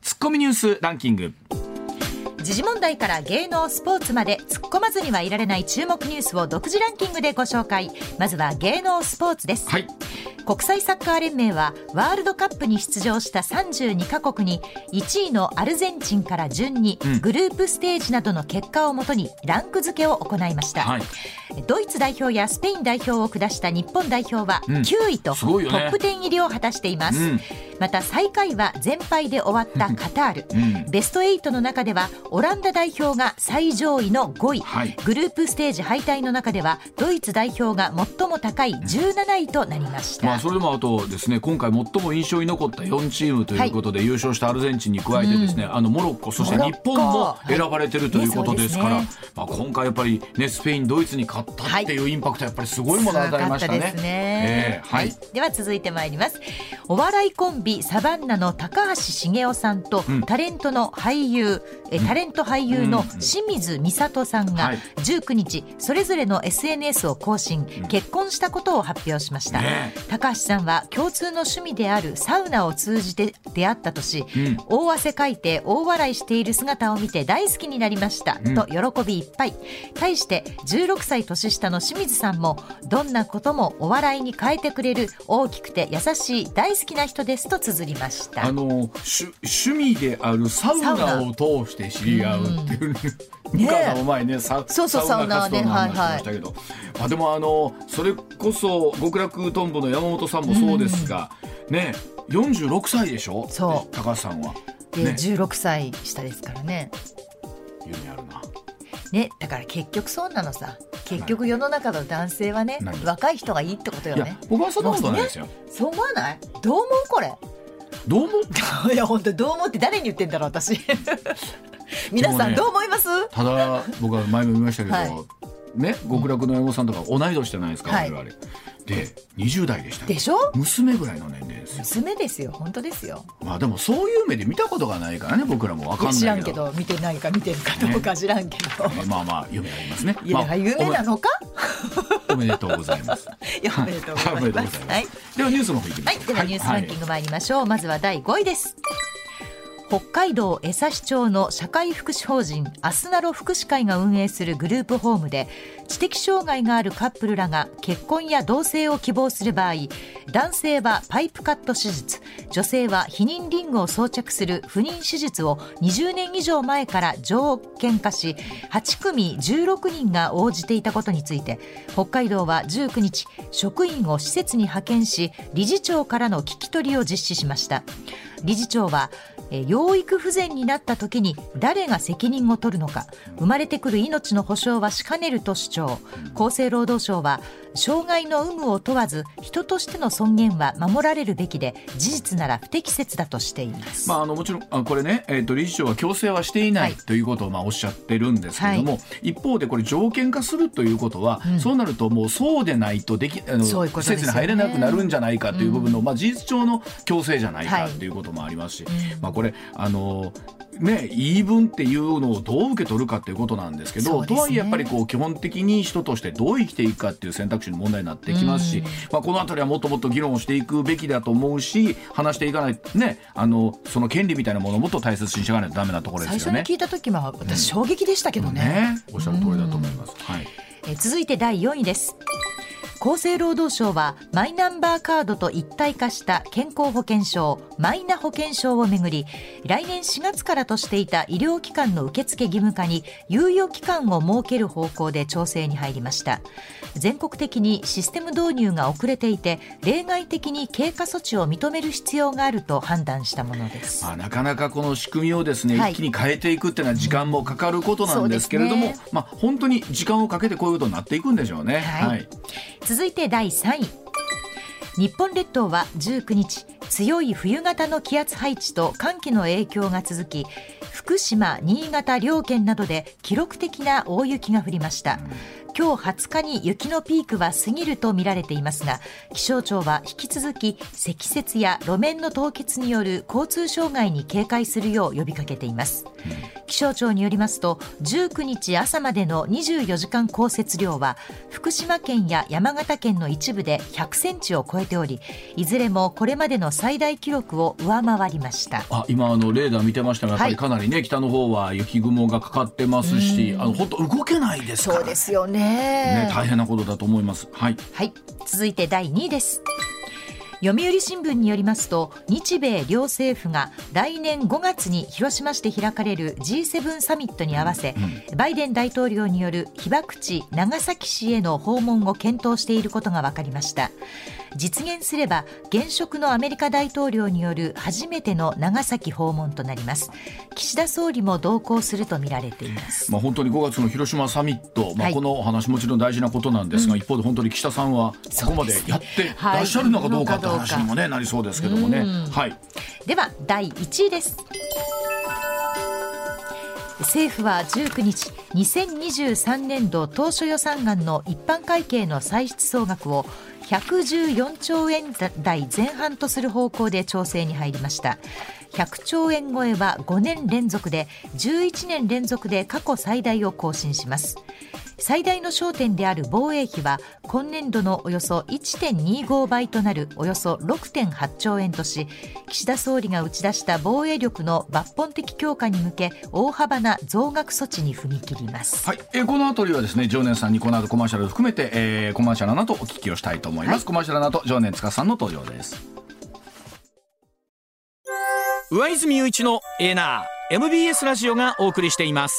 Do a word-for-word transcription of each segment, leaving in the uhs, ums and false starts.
ツッコミニュースランキング。 時事問題から芸能スポーツまで突っ込まずにはいられない注目ニュースを独自ランキングでご紹介。まずは芸能スポーツです、 はい、 国際サッカー連盟はワールドカップに出場したさんじゅうにカ国にいちいのアルゼンチンから順にグループステージなどの結果をもとにランク付けを行いました、はい、ドイツ代表やスペイン代表を下した日本代表はきゅういとトップじゅう入りを果たしています、うん、また最下位は全敗で終わったカタール、うん、ベストはちの中ではオランダ代表が最上位のごい、はい、グループステージ敗退の中ではドイツ代表が最も高いじゅうなないとなりました、 まあ、それでもあとですね、今回最も印象に残ったよんチームということで、はい、優勝したアルゼンチンに加えてですね、うん、あのモロッコそして日本も選ばれているということですから、はいねまあ、今回やっぱり、ね、スペインドイツに勝ったっていうインパクトはやっぱりすごいものを与えましたね。 ですね、えーはいはい、では続いてまいります。お笑いコンビサバンナの高橋茂雄さんと、うん、タレントの俳優えタレント俳優の清水美里さんがじゅうくにちそれぞれの エスエヌエス を更新、うん、結婚したことを発表しました、ね、高橋さんは共通の趣味であるサウナを通じて出会ったとし、うん、大汗かいて大笑いしている姿を見て大好きになりました、うん、と喜びいっぱい。対してじゅうろくさい年下の清水さんもどんなこともお笑いに変えてくれる大きくて優しい大好きな人ですと綴りました。 あの趣味であるサウナを通して知り合うっていう、うん、向川さんも前ねサそうそうサウナで、 話しましたけど、はいはいまあ、でもあのそれこそ極楽とんぼの山本さんもそうですが、うん、ねよんじゅうろくさいでしょ。そう高橋さんはで、ね、じゅうろくさい下ですからね。 夢あるなね、だから結局そうなのさ。結局世の中の男性はね若い人がいいってことよね。 いや僕はそんなことないですよ、ね、 そう思わない？どう思うこれどう思ういや本当どう思うって誰に言ってんだろう私皆さんどう思います？ ね、ただ僕は前も言いましたけど、はいね、極楽の山本さんとか同い年じゃないですか、はい、我々でにじゅう代でしたでしょ。 娘ぐらいの年齢ですよ。 娘ですよ本当ですよ。 まあでもそういう目で見たことがないからね僕らも分かんないけど。 知らんけど見てないか見てるかどうか知らんけど、 ね、まあまあ夢ありますね。 いや、まあ、夢なのかおめでとうございますいやおめでとうございます、はい、 ではニュースの方いきましょう、 はい、ではニュースランキング参りましょう、はい、まずはだいごいです。北海道江差町の社会福祉法人アスナロ福祉会が運営するグループホームで知的障害があるカップルらが結婚や同棲を希望する場合、男性はパイプカット手術、女性は避妊リングを装着する不妊手術をにじゅうねん以上前から条件化し、はちくみじゅうろくにんが応じていたことについて、北海道はじゅうくにち職員を施設に派遣し理事長からの聞き取りを実施しました。理事長は養育不全になった時に誰が責任を取るのか、生まれてくる命の保障はしかねると主張。厚生労働省は障害の有無を問わず人としての尊厳は守られるべきで事実なら不適切だとしています。 まあ、あのもちろんあこれね、えー、と理事長は強制はしていない、はい、ということをまあおっしゃってるんですけれども、はい、一方でこれ条件化するということは、うん、そうなるともうそうでないとできあのうう、ね、施設に入れなくなるんじゃないかという部分の、うんまあ、事実上の強制じゃないかということもありますし、はいまあ、これあのね、言い分っていうのをどう受け取るかということなんですけど、ね、とはいえやっぱりこう基本的に人としてどう生きていくかっていう選択肢の問題になってきますし、まあ、このあたりはもっともっと議論をしていくべきだと思うし、話していかない、ね、あのその権利みたいなものをもっと大切にしていかないとダメなところですよね。 最初に聞いた時は私衝撃でしたけどね、うんね、おっしゃる通りだと思います、はい、 え続いてだいよんいです。厚生労働省はマイナンバーカードと一体化した健康保険証マイナ保険証をめぐり、来年しがつからとしていた医療機関の受付義務化に猶予期間を設ける方向で調整に入りました。全国的にシステム導入が遅れていて例外的に経過措置を認める必要があると判断したものです。 まあ、なかなかこの仕組みをですね、はい、一気に変えていくっていうのは時間もかかることなんですけれども、うんねまあ、本当に時間をかけてこういうことになっていくんでしょうね、はいはい、 続いてだいさんい。日本列島はじゅうくにち強い冬型の気圧配置と寒気の影響が続き、福島、新潟両県などで記録的な大雪が降りました、うん今日はつかに雪のピークは過ぎると見られていますが、気象庁は引き続き積雪や路面の凍結による交通障害に警戒するよう呼びかけています、うん気象庁によりますとじゅうくにち朝までのにじゅうよじかん降雪量は福島県や山形県の一部でひゃくセンチを超えており、いずれもこれまでの最大記録を上回りました。 あ、今あのレーダー見てましたが、やっぱりかなりね、はい、北の方は雪雲がかかってますし、あの本当動けないですから、 そうですよ ね, ね大変なことだと思います。はい、 はい、続いてだいにいです。読売新聞によりますと、日米両政府が来年ごがつに広島市で開かれる ジーセブン サミットに合わせ、うん、バイデン大統領による被爆地長崎市への訪問を検討していることが分かりました。実現すれば現職のアメリカ大統領による初めての長崎訪問となります。岸田総理も同行するとみられています。 まあ、本当にごがつの広島サミット、まあ、このお話もちろん大事なことなんですが、はい、一方で本当に岸田さんはここまでやってらっしゃるのかどうかって話にも、ね、なりそうですけどもね。はい、 ではだいいちいです。政府はじゅうくにち、にせんにじゅうさんねんど当初予算案の一般会計の歳出総額をひゃくじゅうよんちょうえん台前半とする方向で調整に入りました。ひゃくちょうえん超えはごねん連続で、じゅういちねん連続で過去最大を更新します。最大の焦点である防衛費は今年度のおよそ いってんにご 倍となるおよそ ろくてんはちちょうえんとし、岸田総理が打ち出した防衛力の抜本的強化に向け大幅な増額措置に踏み切ります。 はい、えー、このあたりはですね、常念さんにこの後コマーシャルを含めて、えー、コマーシャルの後お聞きをしたいと思います。はい、コマーシャルの後、常念司さんの登場です。 上泉雄一のエーナー エムビーエス ラジオがお送りしています。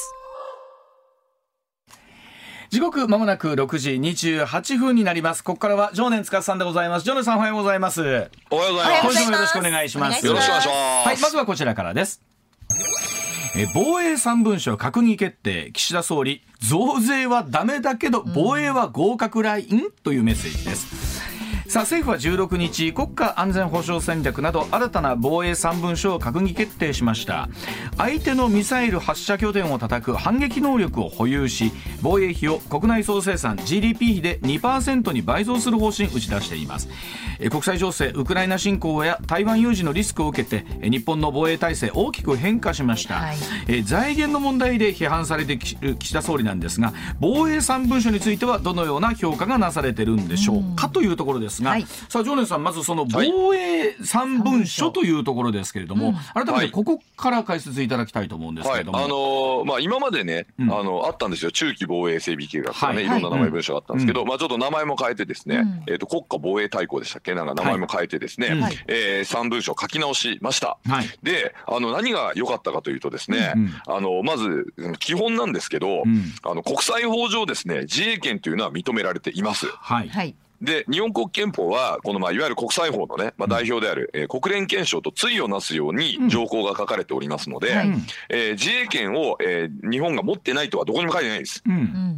時刻まもなくろくじにじゅうはっぷんになります。ここからは常念司さんでございます。常念さん、おはようございます。 おはようございます。 今週もよろしくお願いします。 よろしくお願いします。 はい、まずはこちらからです。え防衛さん文書閣議決定、岸田総理増税はダメだけど防衛は合格ラインというメッセージです。さあ、政府はじゅうろくにち、国家安全保障戦略など新たな防衛さん文書を閣議決定しました。相手のミサイル発射拠点を叩く反撃能力を保有し、防衛費を国内総生産 ジーディーピー 比で にパーセント に倍増する方針を打ち出しています。え国際情勢、ウクライナ侵攻や台湾有事のリスクを受けて日本の防衛体制大きく変化しました。はい、え財源の問題で批判されている岸田総理なんですが、防衛さん文書についてはどのような評価がなされているんでしょうかというところですが、はい、さあ常念さん、まずその防衛さん文書というところですけれども、はい、改めてここから解説いただきたいと思うんですけれども、 はい、あのーまあ、今までね、うん、あのあったんですよ、中期防衛整備計画とかね、はい、いろんな名前文書があったんですけど、うん、まあ、ちょっと名前も変えてですね、うん、えー、と国家防衛大綱でしたっけ、なんか名前も変えてですね、はい、えー、さん文書書き直しました。はい、で、あの何が良かったかというとですね、うん、あのまず基本なんですけど、うん、あの国際法上ですね、自衛権というのは認められています。はい、で日本国憲法はこの、まあ、いわゆる国際法のね、まあ、代表である、えー、国連憲章と対をなすように条項が書かれておりますので、うん、えー、自衛権を、えー、日本が持ってないとはどこにも書いてないです。うん、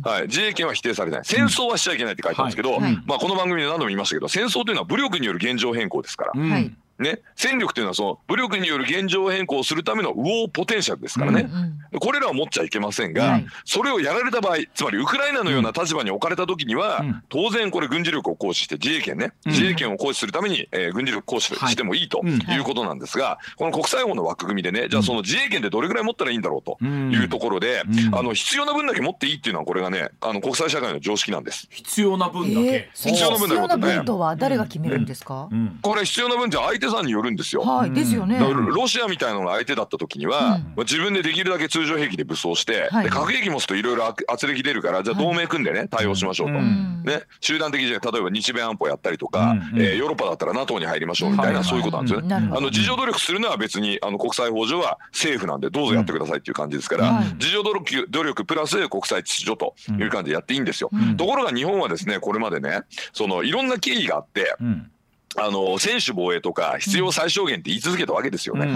はい、自衛権は否定されない。戦争はしちゃいけないって書いてあるんですけど、うん、はい、まあ、この番組で何度も言いましたけど、戦争というのは武力による現状変更ですから。うん、ね、戦力というのはその武力による現状変更をするためのウォーポテンシャルですからね、うんうん、これらは持っちゃいけませんが、はい、それをやられた場合、つまりウクライナのような立場に置かれた時には、うん、当然これ軍事力を行使して自衛権ね、うん、自衛権を行使するために、えー、軍事力行使してもいいということなんですが、はい、この国際法の枠組みでね、じゃあその自衛権でどれぐらい持ったらいいんだろうというところで、うん、あの必要な分だけ持っていいっていうのはこれがね、あの国際社会の常識なんです。 必要な分だけ、 えー、必要な分だけ、必要な分とは誰が決めるんですか？ うんうん、これ必要な分って相手さんによるんですよ。 はい、ですよね。 ロシアみたいなのが相手だった時には、うん、自分でできるだけ通常兵器で武装して、はい、で核兵器持つといろいろ圧力出るから、じゃあ同盟組んでね、対応しましょうと、うん、ね、集団的に例えば日米安保やったりとか、うん、えー、ヨーロッパだったら ナトー に入りましょうみたいな、うん、そういうことなんですよね。うん、あの自助努力するのは別にあの国際法上は政府なんでどうぞやってくださいっていう感じですから、うん、自助努力、努力プラス国際秩序という感じでやっていいんですよ。うん、ところが日本はですね、これまでね、そのいろんな経緯があって、うん、あの専守防衛とか必要最小限って言い続けたわけですよね。うん、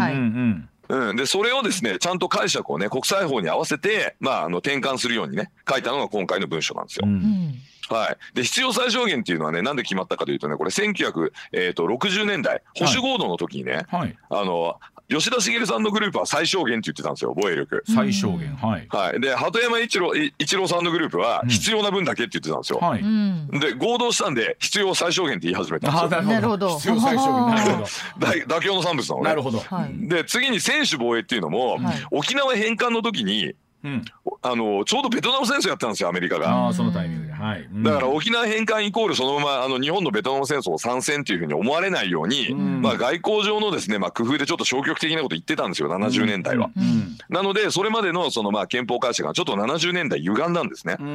うん、でそれをですね、ちゃんと解釈をね、国際法に合わせて、まあ、あの転換するようにね、書いたのが今回の文書なんですよ。うん、はい、で必要最小限っていうのはね、なんで決まったかというとね、これせんきゅうひゃくろくじゅうねんだい保守合同の時にね、はい、あの吉田茂さんのグループは最小限って言ってたんですよ、防衛力。 最小限、はい、 はい、で鳩山一郎一郎さんのグループは必要な分だけって言ってたんですよ、うんはい、で合同したんで必要最小限って言い始めたんですよ。 なるほど、 必要最小限、なるほど妥協の産物なのね。 なるほど、 で次に専守防衛っていうのも、はい、沖縄返還の時にうん、あのちょうどベトナム戦争やったんですよ、アメリカが。 あそのタイミングで、はい、うん、 だから沖縄返還イコールそのままあの日本のベトナム戦争参戦というふうに思われないように、うん、まあ、外交上のですね、まあ、工夫でちょっと消極的なこと言ってたんですよ、ななじゅうねんだいは。うんうん、なのでそれまでのそのまあ憲法解釈がちょっとななじゅうねんだい歪んだんですね。うん、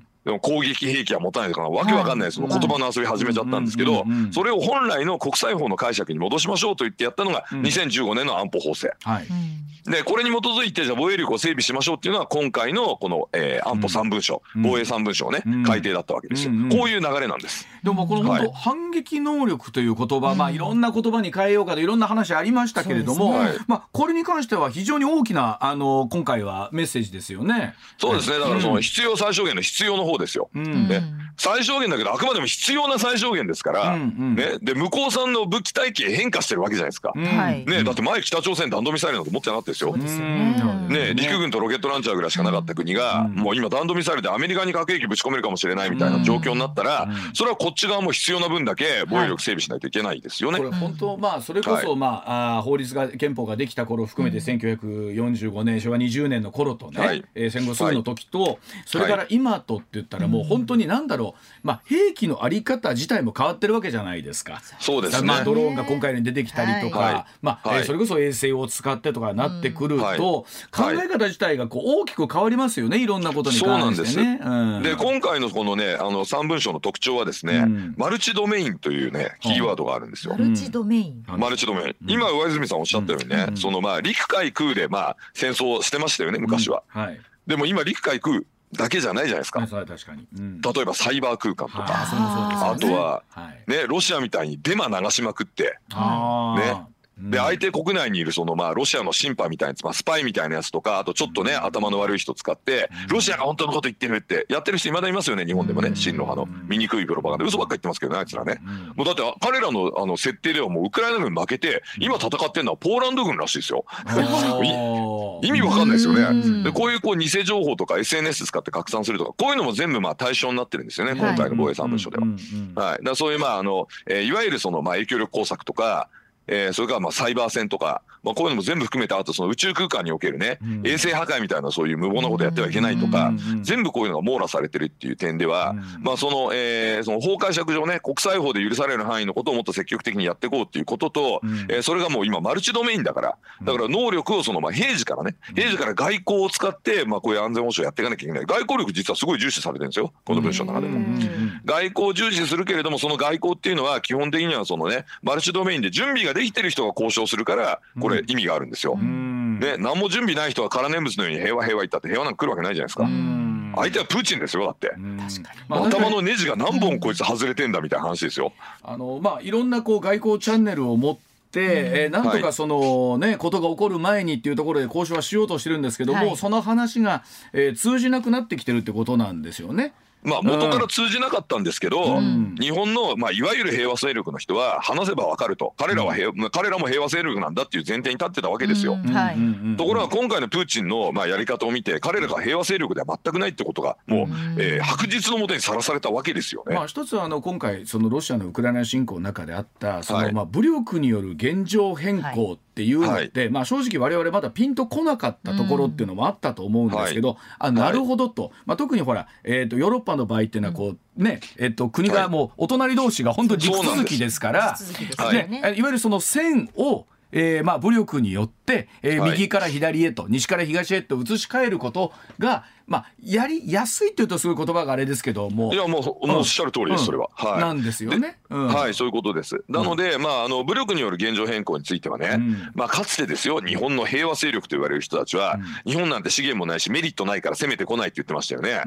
でも攻撃兵器は持たないとかわけわかんないその言葉の遊び始めちゃったんですけど、それを本来の国際法の解釈に戻しましょうと言ってやったのがにせんじゅうごねんの安保法制、はい、でこれに基づいてじゃあ防衛力を整備しましょうっていうのは今回のこの、えー、安保さん文書、うん、防衛さん文書をね、うん、改定だったわけですよ、うんうん、こういう流れなんです。 でもこの本当、はい、反撃能力という言葉、まあ、いろんな言葉に変えようかといろんな話ありましたけれども、ね、まあ、これに関しては非常に大きなあの今回はメッセージですよね。 そうですね、だからその必要最小限の必要の方ですよ、うんね、最小限だけどあくまでも必要な最小限ですから、うんうんね、で向こうさんの武器体系変化してるわけじゃないですか、うんね、だって前北朝鮮弾道ミサイルなんて持ってなかったですよ。そうですよね、ね、陸軍とロケットランチャーぐらいしかなかった国が、うん、もう今弾道ミサイルでアメリカに核兵器ぶち込めるかもしれないみたいな状況になったら、うん、それはこっち側も必要な分だけ防衛力整備しないといけないですよね、はい、 これ本当、まあ、それこそ、まあ、あ法律が憲法ができた頃を含めてせんきゅうひゃくよんじゅうごねんしょわにじゅうねんの頃とね、はい、えー、戦後すぐの時と、はい、それから今とって言ったらもう本当に何だろう、まあ、兵器のあり方自体も変わってるわけじゃないですか。 そうですね、 まあ、ドローンが今回に出てきたりとか、はい、まあ、はい、えー、それこそ衛星を使ってとかなってくると、うん、はい、考え方自体がこう大きく変わりますよね、いろんなことに関してね。 そうなんです、うん、で今回のこのねあのさん文書の特徴はですね、うん、マルチドメインというねキーワードがあるんですよ、 マルチドメイン、 マルチドメイン、今上泉さんおっしゃったようにね、うん、そのまあ陸海空でまあ戦争してましたよね昔は、うんはい、でも今陸海空だけじゃないじゃないですか。確かに、うん、例えばサイバー空間とか、あ, あとは、はいね、ロシアみたいにデマ流しまくって、ね、で相手国内にいるそのまあロシアのシンパみたいなやつ、まあ、スパイみたいなやつとか、あとちょっとね頭の悪い人使ってロシアが本当のこと言ってるってやってる人いまだいますよね、日本でもね、親ロ派の醜いプロパガンダ嘘ばっか言ってますけどね、あいつらね。もうだって彼らのあの設定ではもうウクライナ軍負けて今戦ってるのはポーランド軍らしいですよ意味わかんないですよね。でこういうこう偽情報とか エスエヌエス 使って拡散するとか、こういうのも全部まあ対象になってるんですよね、今回の防衛さん文書では。はい、だからそういうまああの、えー、いわゆるそのまあ影響力工作とか、えー、それからまあサイバー戦とか、まあ、こういうのも全部含めて、あとその宇宙空間におけるね、うん、衛星破壊みたいなそういう無謀なことやってはいけないとか、うん、全部こういうのが網羅されてるっていう点では、うん、まあその、えー、その法解釈上ね、国際法で許される範囲のことをもっと積極的にやっていこうっていうことと、うん、えー、それがもう今マルチドメインだから、だから能力をそのまあ平時からね、平時から外交を使ってまあこういう安全保障やっていかなきゃいけない。外交力実はすごい重視されてるんですよ、この文書の中でも。外交を重視するけれども、その外交っていうのは基本的にはそのね、マルチドメインで準備ができてる人が交渉するから、これ意味があるんですよ。ね、何も準備ない人は空念仏のように平和平和言ったって平和なんか来るわけないじゃないですか。相手はプーチンですよ、だって。頭のネジが何本こいつ外れてんだみたいな話ですよ。 あの、まあ、いろんなこう外交チャンネルを持ってで、えー、なんとかその、ね、はい、ことが起こる前にっていうところで交渉はしようとしてるんですけども、はい、その話が、えー、通じなくなってきてるってことなんですよね。 まあ元から通じなかったんですけど、うん、日本の、まあ、いわゆる平和勢力の人は話せば分かると、彼らは平、うん、彼らも平和勢力なんだっていう前提に立ってたわけですよ、うんはい、ところが今回のプーチンの、まあ、やり方を見て、彼らが平和勢力では全くないってことがもう、うんえー、白日の下にさらされたわけですよね。 まあ、一つはあの今回そのロシアのウクライナ侵攻の中であったその、はいまあ、武力による現状変更っていうのって、はいまあ、正直我々まだピンとこなかったところっていうのもあったと思うんですけど、うんはい、あなるほどと、まあ、特にほら、えーと、ヨーロッパの場合っていうのはこうねえっと、国がもうお隣同士が本当に陸続きですから、はいね、いわゆるその線を、えーまあ、武力によって、えーはい、右から左へと西から東へと移し替えることが、まあ、やりやすいというとすごい言葉があれですけども、 いやもう、うん、もうおっしゃる通りです、それは、 うんはい、なんですよね、 うん、はいそういうことです。なので、うんまあ、あの武力による現状変更についてはね、うんまあ、かつてですよ、日本の平和勢力と言われる人たちは、うん、日本なんて資源もないしメリットないから攻めてこないって言ってましたよね、うん、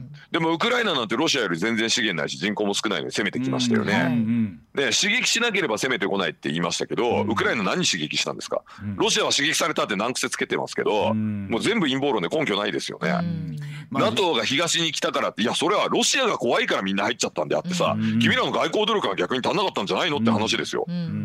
でもウクライナなんてロシアより全然資源ないし人口も少ないのに攻めてきましたよね、うんはい、で刺激しなければ攻めてこないって言いましたけど、うん、ウクライナ何刺激したんですか、うん、ロシアは刺激されたって難癖つけてますけど、うん、もう全部陰謀論で根拠ないですよね、うんまあ、NATO が東に来たからって、いやそれはロシアが怖いからみんな入っちゃったんであってさ、うん、君らの外交努力が逆に足んなかったんじゃないのって話ですよ、うんうん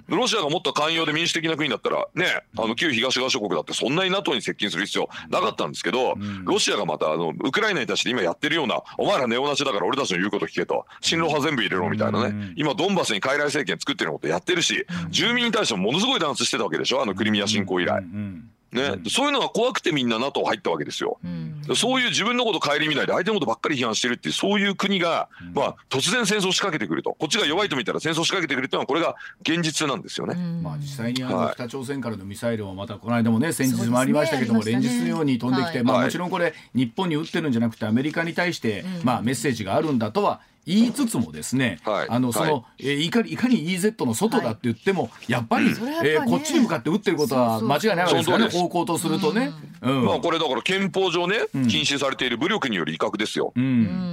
ロシアがもっと寛容で民主的な国だったらね、あの旧東側諸国だってそんなに ナトー に接近する必要なかったんですけど、うん、ロシアがまたあのウクライナに対して今やってるような、お前らネオナチだから俺たちの言うこと聞けと、親ロ派全部入れろみたいなね、うん、今ドンバスに傀儡政権作ってるようなことやってるし、うん、住民に対してもものすごい弾圧してたわけでしょ、あのクリミア侵攻以来。うんうんね、うん、そういうのが怖くてみんな ナトー 入ったわけですよ、うん、そういう自分のこと顧みないで相手のことばっかり批判してるっていう、そういう国が、うん、まあ、突然戦争を仕掛けてくると、こっちが弱いと見たら戦争を仕掛けてくるっていうのはこれが現実なんですよね、うん、 まあ、実際にあの、はい、北朝鮮からのミサイルもまたこの間もね先日もありましたけども、ね、連日のように飛んできて、はい、まあ、もちろんこれ日本に撃ってるんじゃなくてアメリカに対して、うん、まあ、メッセージがあるんだとは言いつつもですね、はい、あのその、はい、えー、いかにいかに イーゼット の外だって言っても、はい、やっぱり、うん、えー、こっちに向かって撃ってることは間違いないわけですからね、方向とするとね、うんうん、 まあ、これだから憲法上ね、うん、禁止されている武力による威嚇ですよ、うん、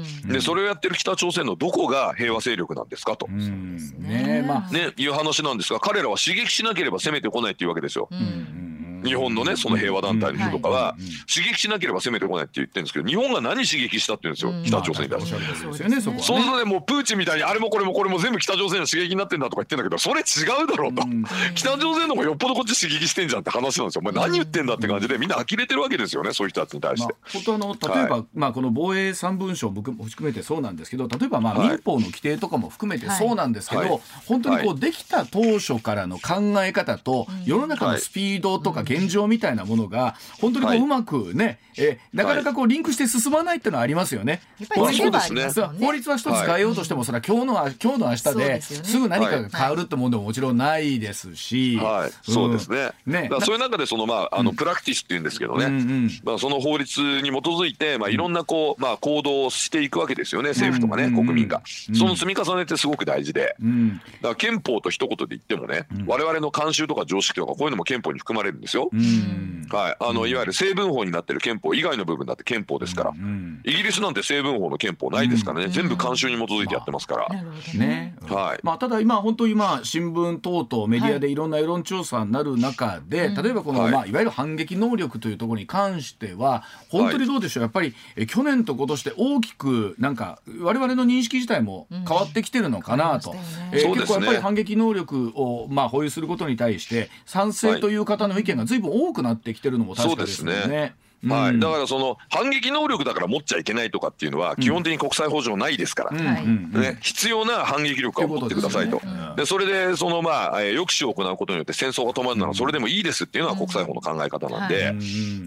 でそれをやってる北朝鮮のどこが平和勢力なんですかと、うん、ね、まあ、ね、いう話なんですが、彼らは刺激しなければ攻めてこないっていうわけですよ、うん、日本のねその平和団体の人とかは刺激しなければ攻めてこないって言ってるんですけど、日本が何刺激したって言うんですよ、うん、北朝鮮に対して、まあ、そうですね、そうするとね、もうプーチンみたいにあれもこれもこれも全部北朝鮮の刺激になってんだとか言ってんだけど、それ違うだろうと、うん、北朝鮮の方がよっぽどこっち刺激してんじゃんって話なんですよ。お前何言ってんだって感じでみんな呆れてるわけですよね、そういう人たちに対して。 まあ、本当あの例えば、はい、まあ、この防衛三文書も含めてそうなんですけど、例えばまあ民法の規定とかも含めてそうなんですけど、はい、本当にこうできた当初からの考え方と世の中のスピードとか現状みたいなものが本当にこううまくね、えなかなかこうリンクして進まないっていうのはありますよね。法律は一つ変えようとしても、それは今日の今日の明日ですぐ何かが変わるってものでももちろんないですし、 はい、そうですね。ね、だからそういう中でそのまああのプラクティスっていうんですけどね、うんうん、まあその法律に基づいてまあいろんなこうまあ行動をしていくわけですよね、政府とかね、国民が。その積み重ねってすごく大事で、うん、だから憲法と一言で言ってもね、我々の慣習とか常識とかこういうのも憲法に含まれるんですよ。うん、はい、あのいわゆる成文法になってる憲法以外の部分だって憲法ですから、うん、イギリスなんて成文法の憲法ないですからね、うん、全部慣習に基づいてやってますから、まあね、はい、まあ、ただ今本当にまあ新聞等々メディアでいろんな世論調査になる中で、はい、例えばこの、はい、まあ、いわゆる反撃能力というところに関しては本当にどうでしょう、やっぱりえ去年と今年で大きくなんか我々の認識自体も変わってきてるのかなと、うん、えー、結構やっぱり反撃能力をまあ保有することに対して賛成という方の意見が随分多くなってきてるのも確かですよね。そうですね。 はい、だからその反撃能力だから持っちゃいけないとかっていうのは基本的に国際法上ないですから、うんね、必要な反撃力を持ってくださいと。でそれでそのまあ抑止を行うことによって戦争が止まるならそれでもいいですっていうのは国際法の考え方なんで、はい、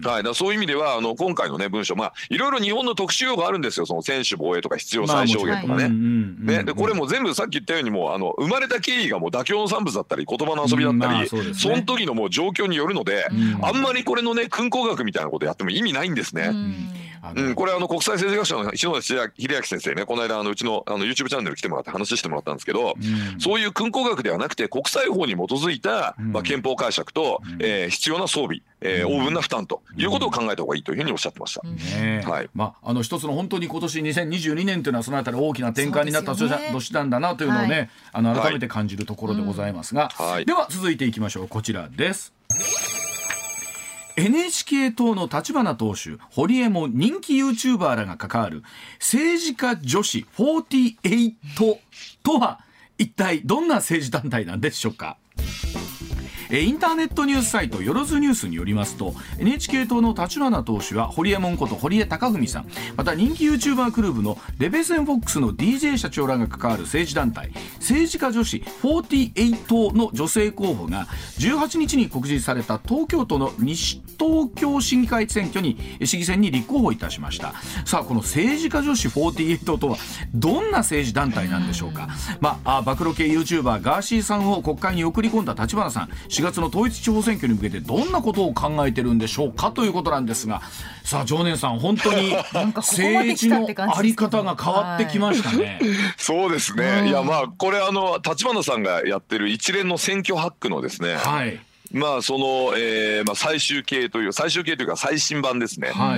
だからそういう意味ではあの今回のね文書、まあいろいろ日本の特殊用語あるんですよ、その専守防衛とか必要最小限とかね。ね、でこれも全部さっき言ったようにもうあの生まれた経緯がもう妥協の産物だったり言葉の遊びだったり、うん、まあ そ, ね、その時のもう状況によるので、うん、あんまりこれのね訓考学みたいなことやっても意味ないんですね。うんうん、これあの国際政治学者の篠田秀明先生ね、この間あのうちのあの YouTube チャンネル来てもらって話してもらったんですけど、うん、そういう訓考学ではなくて国際法に基づいた、うん、まあ、憲法解釈と、うん、えー、必要な装備、えー、応分な負担ということを考えた方がいいというふうにおっしゃってました、うんね、はい、まあ、あの一つの本当に今年にせんにじゅうにねんというのはそのあたり大きな転換になった年なんだなというのをね、はい、あの改めて感じるところでございますが、はい、では続いていきましょう。こちらです。エヌエイチケー 党の立花党首、堀江門人気 YouTuber らが関わる政治家女子よんじゅうはちとは一体どんな政治団体なんでしょうか。インターネットニュースサイトよろずニュースによりますと エヌエイチケー 党の立花党首は堀江門こと堀江貴文さん、また人気 YouTuber クルーブのレベセンフォックスの ディージェー 社長らが関わる政治団体政治家女子よんじゅうはち党の女性候補がじゅうはちにちに告示された東京都の西東京市議会選挙に市議選に立候補いたしました。さあこの政治家女子よんじゅうはち党とはどんな政治団体なんでしょうか。まあ暴露系 YouTuber ガーシーさんを国会に送り込んだ立花さん、しがつの統一地方選挙に向けてどんなことを考えてるんでしょうかということなんですが、さあ常念さん本当に政治のあり方が変わってきましたね。 そうですね、うん、いやまあこれあの立花さんがやってる一連の選挙ハックのですね、はい、まあその、えーまあ、最終形という最終形というか最新版ですね、はい、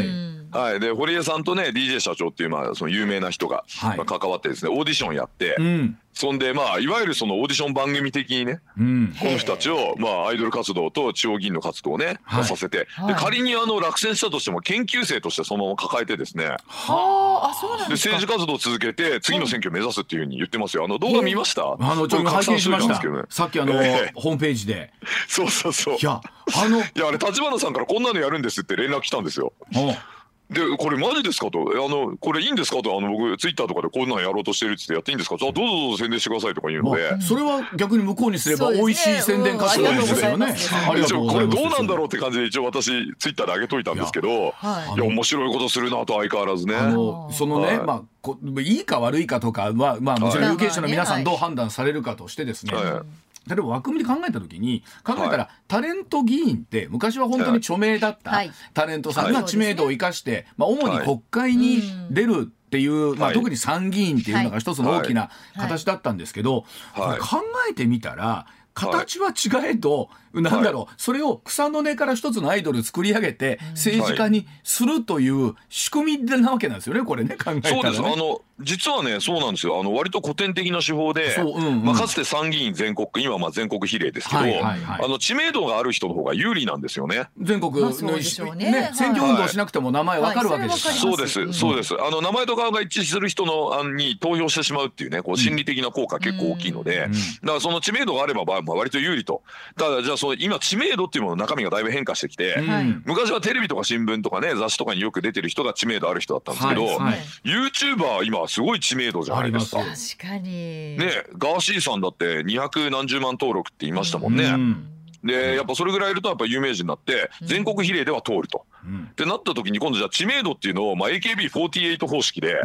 はい、で堀江さんとね ディージェー 社長っていうまあその有名な人がはいまあ関わってですね、オーディションやって、 うん、 そんでまあいわゆるそのオーディション番組的にね、 うん、 この人たちをまあアイドル活動と地方議員の活動をね、 はい、 させて、 はい、 で仮にあの落選したとしても研究生としてそのまま抱えてですね、 はあ、そうなんですか。 で政治活動を続けて次の選挙を目指すっていうふうに言ってますよ。あの動画見ました？ あのちょっと拝見しました。さっきあの、えー、ホームページで。 そうそうそう。 いやあのいやあれ立花さんからこんなのやるんですって連絡来たんですよ。でこれマジですかと、あのこれいいんですかと、あの僕ツイッターとかでこんなんやろうとしてるっつってやっていいんですか、じゃあどうぞどうぞ宣伝してくださいとか言うので、 まあ、それは逆に向こうにすれば美味しい宣伝活動ですよね。 これどうなんだろうって感じで一応私ツイッターで上げといたんですけど、いや、はい、いや面白いことするなと相変わらずね。 あのそのね、はい、まあこいいか悪いかとかはまあもちろん有権者の皆さんどう判断されるかとしてですね、はいはい、例えば枠組みで考えた時に考えたら、はい、タレント議員って昔は本当に著名だったタレントさんが知名度を生かして、はい、まあ、主に国会に出るっていう、はい、まあ、特に参議院っていうのが一つの大きな形だったんですけど、はいはい、これ考えてみたら形は違えど、はい、なんだろう、はい、それを草の根から一つのアイドル作り上げて政治家にするという仕組みなわけなんですよね、これね、考えたらね。 そうです。あの実はね、そうなんですよ。あの割と古典的な手法で、うんうん、まあ、かつて参議院全国、今はまあ全国比例ですけど、はいはいはい、あの知名度がある人の方が有利なんですよね。 全国の、まあねね、選挙運動しなくても名前わかるわけですから、 はいはい、そうです、そうです。あの名前と顔が一致する人の案に投票してしまうっていうね、こう心理的な効果結構大きいので、うん、だからその知名度があれば、まあ、割と有利と。ただじゃあその今知名度っていうものの中身がだいぶ変化してきて、うん、昔はテレビとか新聞とかね雑誌とかによく出てる人が知名度ある人だったんですけど、はいはい、YouTuber は今すごい知名度じゃないですか。 確かにね、ガーシーさんだってにひゃくなんじゅうまん登録って言いましたもんね。うん、でやっぱそれぐらいいるとやっぱ有名人になって全国比例では通ると、うん、ってなった時に今度じゃあ知名度っていうのをまあ エーケービーフォーティーエイト 方式で、うん、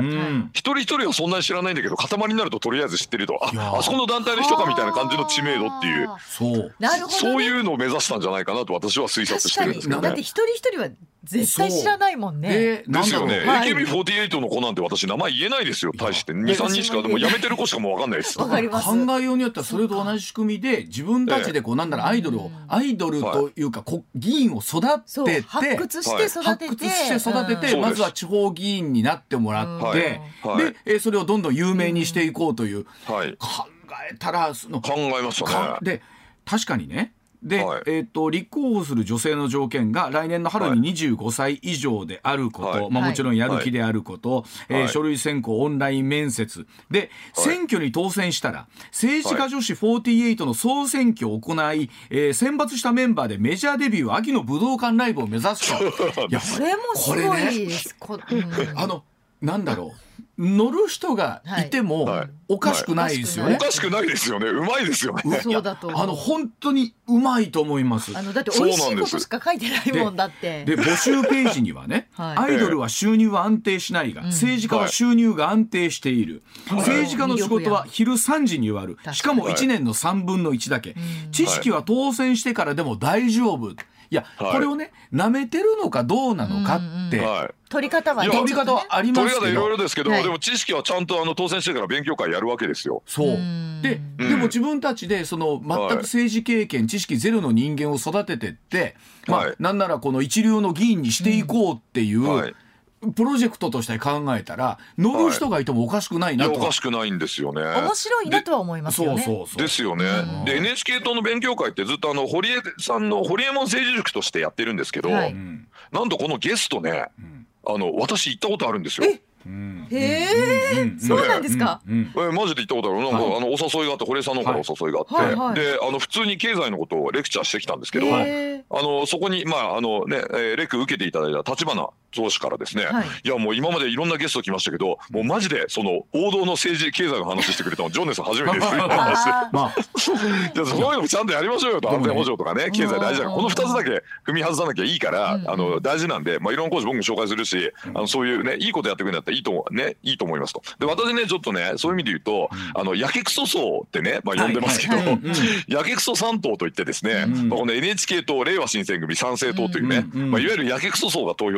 一人一人はそんなに知らないんだけど塊になるととりあえず知ってると、ああそこの団体の人かみたいな感じの知名度っていう、 そうなるほど、ね、 そういうのを目指したんじゃないかなと私は推察してるんですけどね。 だって一人一人は絶対知らないもんね。 ですよね。はい、エーケービーフォーティーエイト の子なんて私名前言えないですよ。対してに、さんにんしかでも辞めてる子しかもう分かんないです。 わかります。 考えようによってはそれと同じ仕組みで自分たちでこうなんだろうアイドルをアイドルというかこ議員を育てて発掘して育ててして育てて、うん、まずは地方議員になってもらって、うん、で、えそれをどんどん有名にしていこうという、うん、はい、考えたらその考えましたね。 で確かにね。で、はい、えー、と立候補する女性の条件が来年の春ににじゅうごさい以上であること、はい、まあ、もちろんやる気であること、はい、えーはい、書類選考オンライン面接で、はい、選挙に当選したら政治家女子フォーティーエイトの総選挙を行い、えー、選抜したメンバーでメジャーデビュー秋の武道館ライブを目指すと。 いやこれもすごいです。これ、ね、 うん、あのなんだろう乗る人がいてもおかしくないですよね。 おかしくないですよね。うまいですよね。 そうだと思う。 あの本当にうまいと思います。 あのだって美味しいことしか書いてないもんだって。 で、で募集ページにはね、はい、アイドルは収入は安定しないが、うん、政治家は収入が安定している、はい、政治家の仕事は昼さんじに終わる、しかもいちねんのさんぶんのいちだけ、はい、知識は当選してからでも大丈夫。いや、はい、これをね舐めてるのかどうなのかって、うんうん、はい、 取り方は、ね、 取り方はありますけど、 取り方いろいろですけど、はい、でも知識はちゃんとあの当選してから勉強会やるわけですよ。 そうで、うん、でも自分たちでその全く政治経験、はい、知識ゼロの人間を育ててって、まあ、はい、なんならこの一流の議員にしていこうっていう、うん、はい、プロジェクトとして考えたら乗る人がいてもおかしくないなと、 はい、いやおかしくないんですよね。 面白いなとは思いますよね。 そうそうそうですよね。で エヌエイチケー 党の勉強会ってずっとあの堀江さんの堀江門政治塾としてやってるんですけど、はい、なんとこのゲストね、うん、あの私行ったことあるんですよ。 えうん、へえ、そうなんですか。 うんうん、えマジで行ったことある。なんか、はい、あのお誘いがあって堀江さんの方からお誘いがあって、はいはい、であの普通に経済のことをレクチャーしてきたんですけど、あのそこにまああのね、えー、レク受けていただいた立花上司からですね、はい、いやもう今までいろんなゲスト来ましたけど、もうマジでその王道の政治経済の話してくれたのジョンネさん初めてですよ。まあ、そういうのもちゃんとやりましょうよと、安全保障とかね経済大事だからこのふたつだけ踏み外さなきゃいいから、うん、あの大事なんで、まあ、いろんな講師僕も紹介するし、うん、あのそういうねいいことやってくれるんだったらいいとねいいと思いますと。で私ねちょっとねそういう意味で言うと、うん、あのやけくそ層ってね、まあ、呼んでますけど、はいはいはい、やけくそ三党といってですね、うん、まあ、この エヌエイチケー 党令和新選組参政党というね、うんうん、まあ、いわゆるやけくそ層が投票するみっつの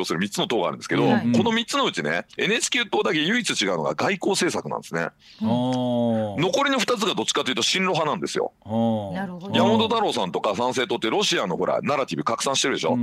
党があるんですけど、はい、このみっつのうちね エヌエイチケー 党だけ唯一違うのが外交政策なんですね、うん、残りのふたつがどっちかというと親ロ派なんですよ。 なるほど。 山本太郎さんとか参政党ってロシアのほらナラティブ拡散してるでしょ、うん、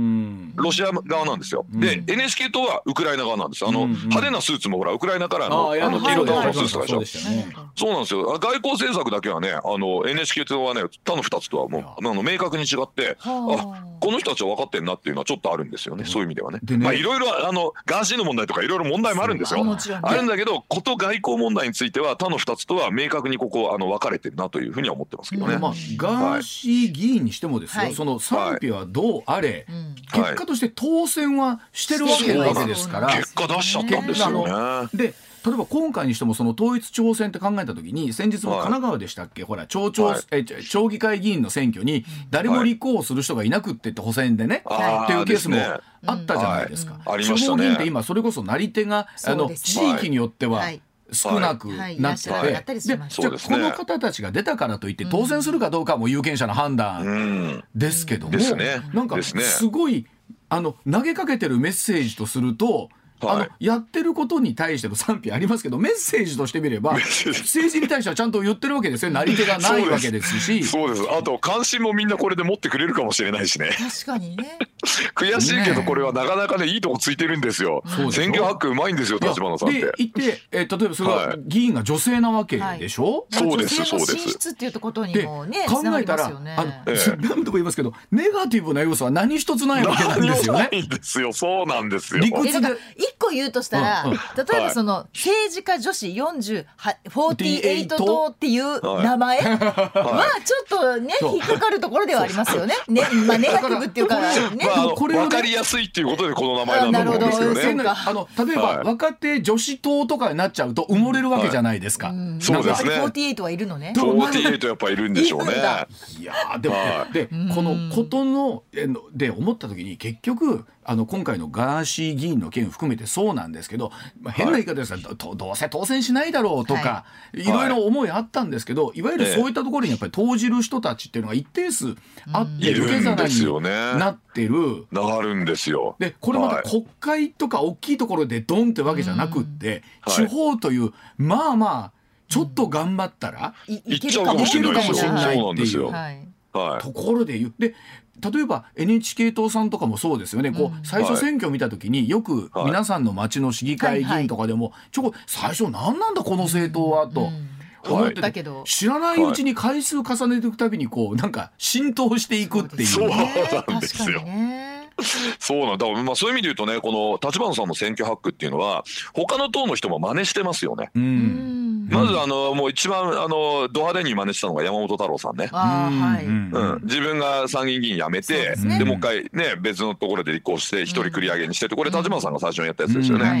ロシア側なんですよ、うん、で エヌエイチケー 党はウクライナ側なんです。あの、うんうん、派手なスーツもほらウクライナからのあの黄色と青のスーツとかでしょ、ね、そうなんですよ。外交政策だけはねあの エヌエイチケー 党はね他のふたつとはもうあの明確に違って、あこの人たちは分かってんなっていうのはちょっとあるんですよね、そういう意味ではね。まあいろいろあのガーシーの問題とかいろいろ問題もあるんですよ、ね、あるんだけどこと外交問題については他のふたつとは明確にここあの分かれてるなというふうには思ってますけどね、うんまあ、 ガーシー議員にしてもですよ、はい、その賛否はどうあれ、はい、結果として当選はしてるわけなわけですから、 結果出しちゃったんですよね。 で例えば今回にしてもその統一地方選って考えたときに先日も神奈川でしたっけ、はい、ほら町長、はい、え町議会議員の選挙に誰も立候補する人がいなくってって補選でね、はい、っていうケースもあったじゃないですか、はい、地方議員って今それこそなり手があの地域によっては少なくなってて、はいはい、でじゃあこの方たちが出たからといって当選するかどうかも有権者の判断ですけども、うんね、なんかすごいあの投げかけてるメッセージとするとはい、あのやってることに対しての賛否ありますけどメッセージとしてみれば政治に対してはちゃんと言ってるわけですよ。なり手がないわけですしそうです。あと関心もみんなこれで持ってくれるかもしれないしね。 確かにね悔しいけどこれはなかなかねいいとこついてるんですよ。選挙ハックうまいんですよ立花さんって。 で言って、えー、例えばそれは議員が女性なわけでしょ、 はい、そうですそうです。 進出っていうことにもね考えたら、ね、あの、ええ、何度も言いますけどネガティブな要素は何一つないわけなんですよね。 ないんですよ。そうなんですよ。 理屈で一個言うとしたら例えばその政治家女子よんじゅうはち党っていう名前はちょっとね引っかかるところではありますよね。ね、まあネガティブっていうかね、 まあこれ分かりやすいっていうことでこの名前なんだと思うんですよね。 あの例えば若手女子党とかになっちゃうと埋もれるわけじゃないですか。 そうですね。 よんじゅうはちはいるのね。 よんじゅうはちやっぱいるんでしょうね。 いやでもでこのことので思った時に結局あの今回のガーシー議員の件含めてそうなんですけど、まあ、変な言い方ですが、はい、ど, どうせ当選しないだろうとか、はい、いろいろ思いあったんですけど、いわゆるそういったところにやっぱり投じる人たちっていうのが一定数あって、受け皿になってる、 なるんですよ。 でこれまた国会とか大きいところでドンってわけじゃなくって、はい、地方というまあまあちょっと頑張ったら、 うん、い, いけるかもしれないっていう、 はいはい、ところで言って例えば エヌエイチケー 党さんとかもそうですよね、こう最初選挙を見た時によく皆さんの町の市議会議員とかでもちょこ最初何なんだこの政党はと思ってて、知らないうちに回数重ねていくたびにこうなんか浸透していくっていう。 そうなんですよ。そうなんだ。まあそういう意味で言うとね、この立花さんの選挙ハックっていうのは他の党の人も真似してますよね。うんまずあのもう一番あのド派手に真似したのが山本太郎さんね。 あ、はいうん、自分が参議院議員辞めて で,、ね、でもう一回ね別のところで立候補して一人繰り上げにしてって、これ立花さんが最初にやったやつですよね、うん、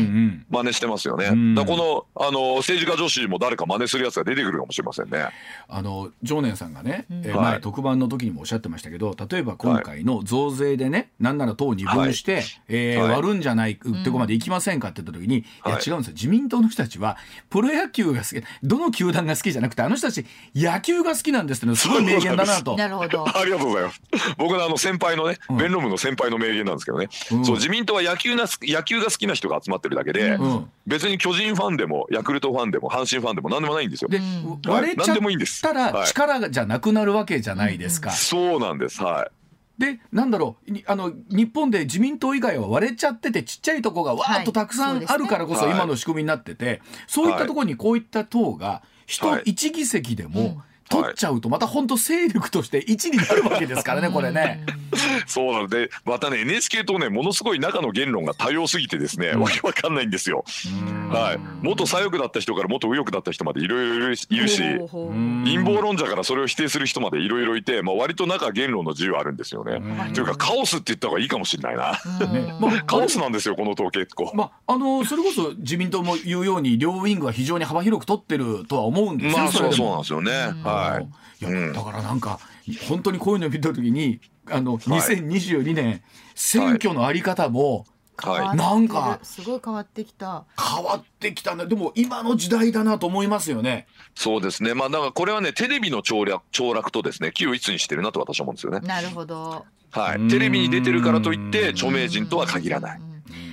真似してますよね、うん、だからこのあの政治家女子も誰か真似するやつが出てくるかもしれませんね。 あの常念さんがね、えー、前特番の時にもおっしゃってましたけど、例えば今回の増税でね、なんなら党二分して、はいえーはい、割るんじゃないってとこまでいきませんかって言った時に、うん、いや違うんですよ、自民党の人たちはプロ野球が好き、どの球団が好きじゃなくてあの人たち野球が好きなんですってのすごい名言だなと。 なるほど。 ありがとうございます。僕のあの先輩のね、うん、弁論部の先輩の名言なんですけどね、うん、そう自民党は野球な野球が好きな人が集まってるだけで、うん、別に巨人ファンでもヤクルトファンでも阪神ファンでも何でもないんですよ。で、 割れちゃったら力じゃなくなるわけじゃないですか、 はい、そうなんです。はいでなんだろうあの日本で自民党以外は割れちゃっててちっちゃいとこがわーっとたくさんあるからこそ今の仕組みになってて、はい、そういったところにこういった党が人いち議席でも、はい取っちゃうとまた本当勢力としていちになるわけですからねこれね。 そうなのでまたね エヌエイチケー 党ねものすごい中の言論が多様すぎてですね、うん、わけわかんないんですよ。はい、元左翼だった人から元右翼だった人までいろいろいるし、陰謀論者からそれを否定する人までいろいろいて、まあ、割と中言論の自由あるんですよね。というかカオスって言った方がいいかもしれないな。ねまあ、カオスなんですよこの党結構。 まあ、あのそれこそ自民党も言うように両ウィングは非常に幅広く取ってるとは思うんですよ。 まあそうそうなんですよね。はい。 いや、うん、だからなんか本当にこういうのを見た時にあのにせんにじゅうにねん、はい、選挙のあり方も、はい、なんかすごい変わってきた変わってきたね。でも今の時代だなと思いますよね。 そうですね。まあだからこれはねテレビの凋落、凋落とですね軌を一にしてるなと私は思うんですよね。 なるほど。 はい。テレビに出てるからといって著名人とは限らない。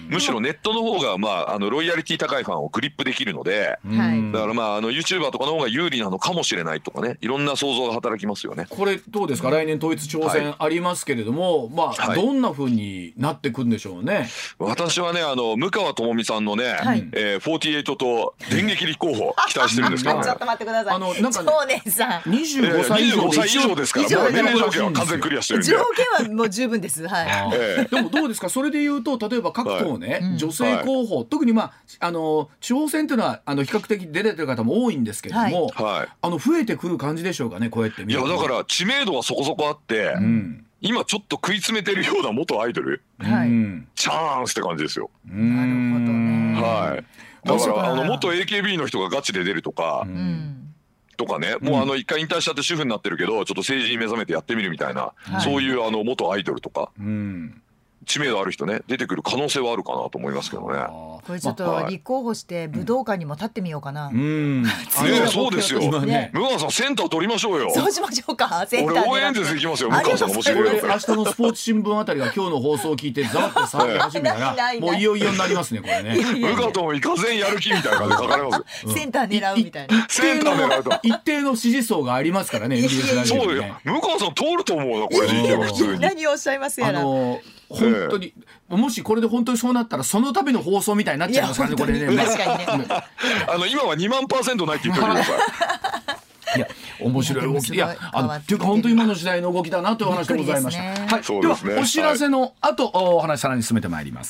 むしろネットの方が、まあ、あのロイヤリティ高いファンをグリップできるので、だからまああの YouTuber とかの方が有利なのかもしれないとかね、いろんな想像が働きますよね。 これどうですか、来年統一挑戦ありますけれども、はい、まあ、はい、どんな風になっていくんでしょうね。 私はね、あの向川智美さんのね、はい、えー、フォーティーエイトと電撃立候補期待してるんですけど、ね、 ちょっと待ってください。あのなんか、ね、少年さんにじゅうごさい以上ですから、もう年齢条件は完全クリアしてるんで。 条件はもう十分です。はい。 えー、でもどうですか、それでいうと例えば各党ね、はい、女性候補、はい、特にまああの地方選というのはあの比較的出れてる方も多いんですけれども、はい、あの増えてくる感じでしょうかね、こうやって見ると。 いやだから知名度はそこそこあって、うん、今ちょっと食い詰めてるような元アイドル、はい、チャンスって感じですよ。 なるほどね。 はい。だからあの元 エーケービー の人がガチで出るとか。うんとかね、もうあの一回引退しちゃって主婦になってるけどちょっと政治に目覚めてやってみるみたいな、はい、そういうあの元アイドルとか、うん、知名度ある人ね出てくる可能性はあるかなと思いますけどね。 これちょっと立候補して武道館にも立ってみようかな。 うん、ね、そうですよ。ね、向川さんセンター取りましょうよ。 そうしましょうか。センター俺応援演説行きますよ。向川さんのもし明日のスポーツ新聞あたりが今日の放送を聞いてざわって騒ぎ始めたらもういよいよになりますねこれね。 向川ともいかぜんやる気みたいな感じで書かれますよ。 センター狙うみたいな。 センター狙うと一定の支持層がありますからね。エヌビーエス ラジオね。 そうよ。向川さん通ると思うなこれ普通に。 何をおっしゃいますやら。 本当に、えー、もしこれで本当にそうなったらそのための放送みたいになっちゃいますからねこれね。 確かにね。 あの今はにまんパーセントないって言ってください。いや面白い動き、いやあのっていうか本当に今の時代の動きだなというお話でございました。ね、はい。では、ね、お知らせの後、はい、お話さらに進めてまいります。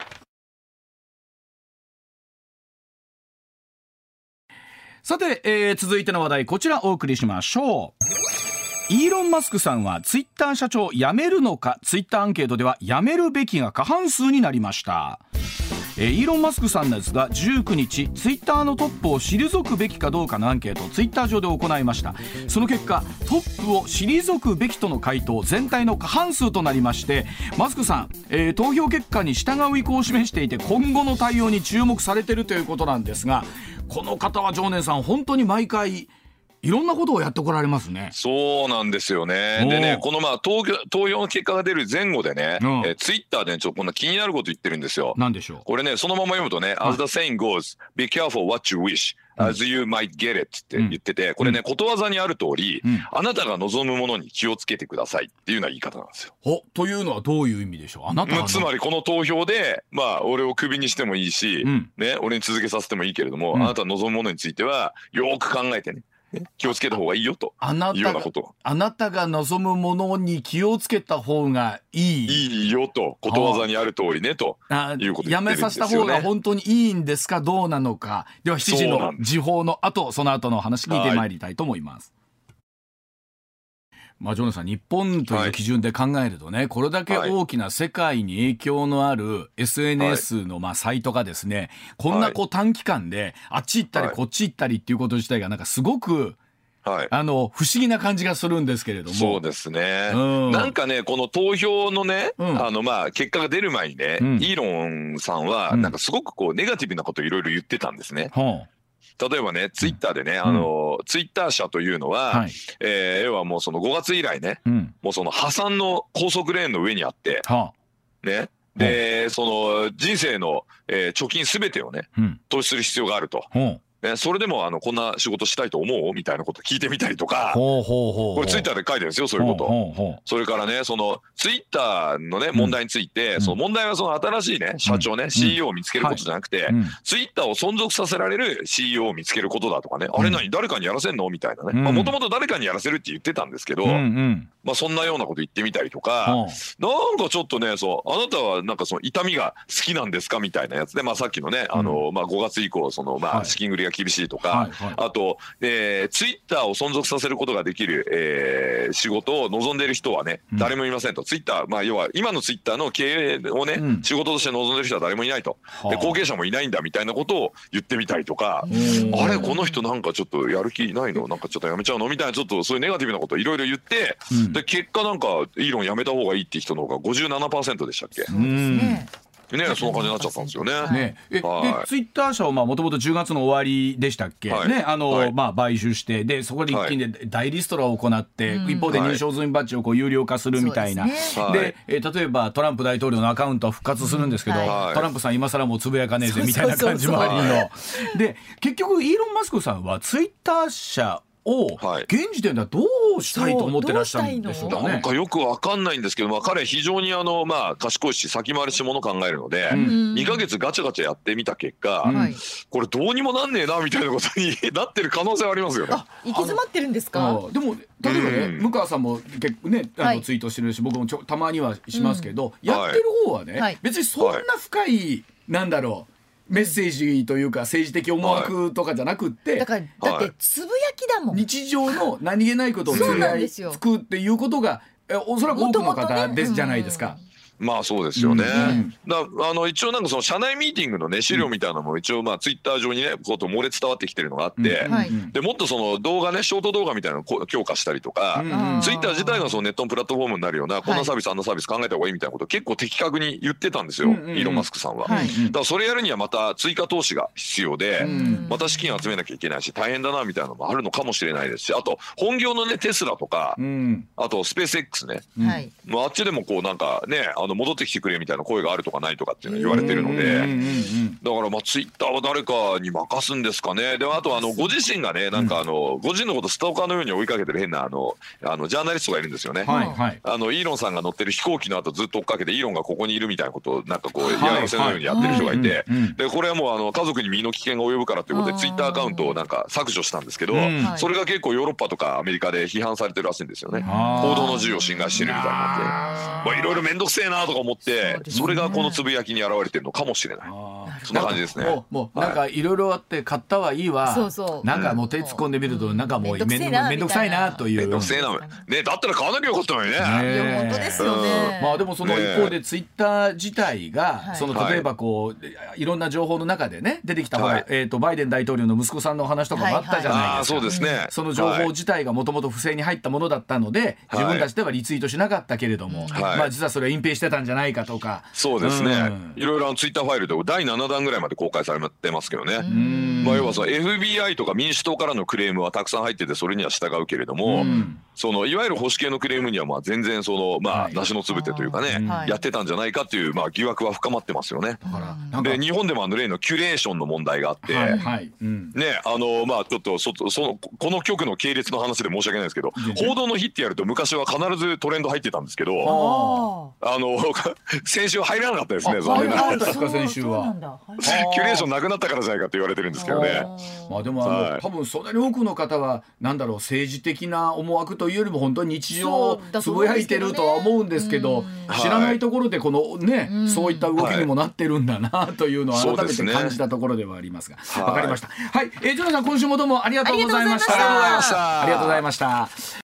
さて、えー、続いての話題こちらお送りしましょう。イーロン・マスクさんはツイッター社長辞めるのか。ツイッターアンケートでは辞めるべきが過半数になりました。えー、イーロン・マスクさんですがじゅうくにちツイッターのトップを退くべきかどうかのアンケートをツイッター上で行いました。その結果トップを退くべきとの回答全体の過半数となりまして、マスクさん、えー、投票結果に従う意向を示していて今後の対応に注目されているということなんですが、この方は常念さん本当に毎回いろんなことをやってこられますね。 そうなんですよね。でね、このまあ投票、投票の結果が出る前後でね、えー、ツイッターで、ね、ちょっとこんな気になること言ってるんですよ。 なんでしょう。 これね、そのまま読むとね、As the saying goes, be careful what you wish.As you might get it って言ってて、うん、これね、ことわざにある通り、うん、あなたが望むものに気をつけてくださいっていうような言い方なんですよ。 お、というのはどういう意味でしょう。あなたがつまりこの投票で、まあ、俺をクビにしてもいいし、うん、ね、俺に続けさせてもいいけれども、うん、あなたが望むものについては、よーく考えてね。気をつけた方がいいよというようなこと。 あなたが望むものに気をつけた方がいい。 いいよと、ことわざにある通りねということを言ってるんですよね。 やめさせた方が本当にいいんですかどうなのか。ではしちじの時報の後、その後の話聞いてまいりたいと思います。はい、まあ、ジョネさん、日本という基準で考えるとね、はい、これだけ大きな世界に影響のある エスエヌエス のまあサイトがですね、はい、こんなこう短期間であっち行ったりこっち行ったりっていうこと自体がなんかすごく、はい、あの不思議な感じがするんですけれども。 そうですね、うん、なんかねこの投票のね、うん、あのまあ結果が出る前にね、うん、イーロンさんはなんかすごくこうネガティブなことをいろいろ言ってたんですね。うん、例えばねツイッターでね、うん、あのツイッター社というのは、はい、えー、要はもうそのごがつ以来ね、うん、もうその破産の高速レーンの上にあって、はあ、ねで、うん、その人生の、えー、貯金すべてをね、うん、投資する必要があると。うんね、それでもあのこんな仕事したいと思うみたいなこと聞いてみたりとか、ほうほうほうほう、これツイッターで書いてるんですよそういうこと。ほうほうほう、それからねそのツイッターのね問題について、うん、その問題はその新しいね社長ね、うん、シーイーオー を見つけることじゃなくて、はい、ツイッターを存続させられる シーイーオー を見つけることだとかね、うん、あれ何誰かにやらせんのみたいなね、もともと誰かにやらせるって言ってたんですけど、うんうん、まあそんなようなこと言ってみたりとか、うん、なんかちょっとねそうあなたはなんかその痛みが好きなんですかみたいなやつで、まあさっきのねあの、まあ、ごがつ以降そのまあ資金繰りが厳しいとか、はいはい、あと、えー、ツイッターを存続させることができる、えー、仕事を望んでいる人はね、うん、誰もいませんと。ツイッター、まあ要は今のツイッターの経営をね、うん、仕事として望んでいる人は誰もいないと、で後継者もいないんだみたいなことを言ってみたりとか、あれこの人なんかちょっとやる気ないの、なんかちょっとやめちゃうのみたいな、ちょっとそういうネガティブなことをいろいろ言って、うん、で結果なんかイーロンやめた方がいいって人の方が ごじゅうななパーセント でしたっけ。うん、 ね、その感じになっちゃったんですよね。 ねえはい、 でツイッター社をもともとじゅうがつの終わりでしたっけ、 はい、 ね、あの、 はい、 まあ、買収してでそこで一気に大リストラを行って、はい、一方で入賞済みバッジをこう有料化するみたいな、はい、で、えー、例えばトランプ大統領のアカウントは復活するんですけど、はい、トランプさん今更もうつぶやかねえぜみたいな感じもありので結局イーロン・マスクさんはツイッター社を現時点ではどうしたいと思ってらっしゃるんでしょうかね。 なんかよくわかんないんですけど、まあ、彼非常にあの、まあ、賢いし先回りしてもの考えるので、うん、にかげつガチャガチャやってみた結果、うん、これどうにもなんねえなみたいなことになってる可能性はありますよね。 あ、行き詰まってるんですか。 でも例えばね、うん、向川さんも結構ねあのツイートしてるし、はい、僕もちょたまにはしますけど、うん、やってる方はね、はい、別にそんな深い、はい、なんだろうメッセージというか政治的思惑とかじゃなくって、はい、 だからだってつぶやきだもん。 日常の何気ないことをつぶやくっていうことがおそらく多くの方です、ね、じゃないですか。 まあそうですよね。うん、だあの一応なんかその社内ミーティングのね資料みたいなのも一応まあツイッター上にねこと漏れ伝わってきてるのがあって、うん、でもっとその動画ねショート動画みたいなのを強化したりとか、うん、ツイッター自体がそのネットのプラットフォームになるようなこんなサービスあんなサービス考えた方がいいみたいなことを結構的確に言ってたんですよ、うんうんうん、イーロン・マスクさんは、はい、だからそれやるにはまた追加投資が必要で、うん、また資金集めなきゃいけないし大変だなみたいなのもあるのかもしれないですし、あと本業のねテスラとか、うん、あとスペース X ね、うん、まあ、あっちでもこうなんかねあの戻ってきてくれみたいな声があるとかないとかっていうの言われてるので、だからまあツイッターは誰かに任すんですかね。でもあとあのご自身がねなんかあのご自身のことストーカーのように追いかけてる変なあのあのジャーナリストがいるんですよね、はいはい、あのイーロンさんが乗ってる飛行機の後ずっと追っかけてイーロンがここにいるみたいなことをなんかこう嫌がらせのようにやってる人がいて、でこれはもうあの家族に身の危険が及ぶからということでツイッターアカウントをなんか削除したんですけど、それが結構ヨーロッパとかアメリカで批判されてるらしいんですよね。報道の自由を侵害してるみたいになって、まあいろいろ面倒くせえなとか思ってそれがこのつぶやきに現れてるのかもしれない。そんな感じですね。 もう、もうなんかいろいろあって買ったはいいわ。 そうそう。 なんかもう手突っ込んでみるとなんかもうめんどくさいなという。 めんどくせえな。ね、だったら買わなきゃよかったのにね。いや本当ですよね。 まあでもその一方でツイッター自体がその例えばこういろんな情報の中でね出てきたほらえっとバイデン大統領の息子さんの話とかもあったじゃないですか。 そうですね。 その情報自体がもともと不正に入ったものだったので自分たちではリツイートしなかったけれども、まあ実はそれは隠蔽してたんじゃないかとか。 そうですね。いろいろツイッターファイルでだいななだんぐらいまで公開されてますけどね。まあ要はその エフビーアイ とか民主党からのクレームはたくさん入っててそれには従うけれども、そのいわゆる保守系のクレームにはまあ全然そのまあ梨のつぶてというかねやってたんじゃないかっていうまあ疑惑は深まってますよね。で日本でもあの例のキュレーションの問題があってねあのまあちょっとそそのこの局の系列の話で申し訳ないですけど報道の日ってやると昔は必ずトレンド入ってたんですけどあの先週入らなかったですね。残念ながら先週はキュレーションなくなったからじゃないかって言われてるんですけどね。 まあでもあの、はい、多分そんなに多くの方はなんだろう政治的な思惑というよりも本当に日常をつぶやいてるとは思うんですけど、知らないところでこのね、はい、そういった動きにもなってるんだなというのを改めて感じたところではありますが、わ、はい、かりました。はい、えー、ジョナさん今週もどうもありがとうございました。 ありがとうございました。 ありがとうございました。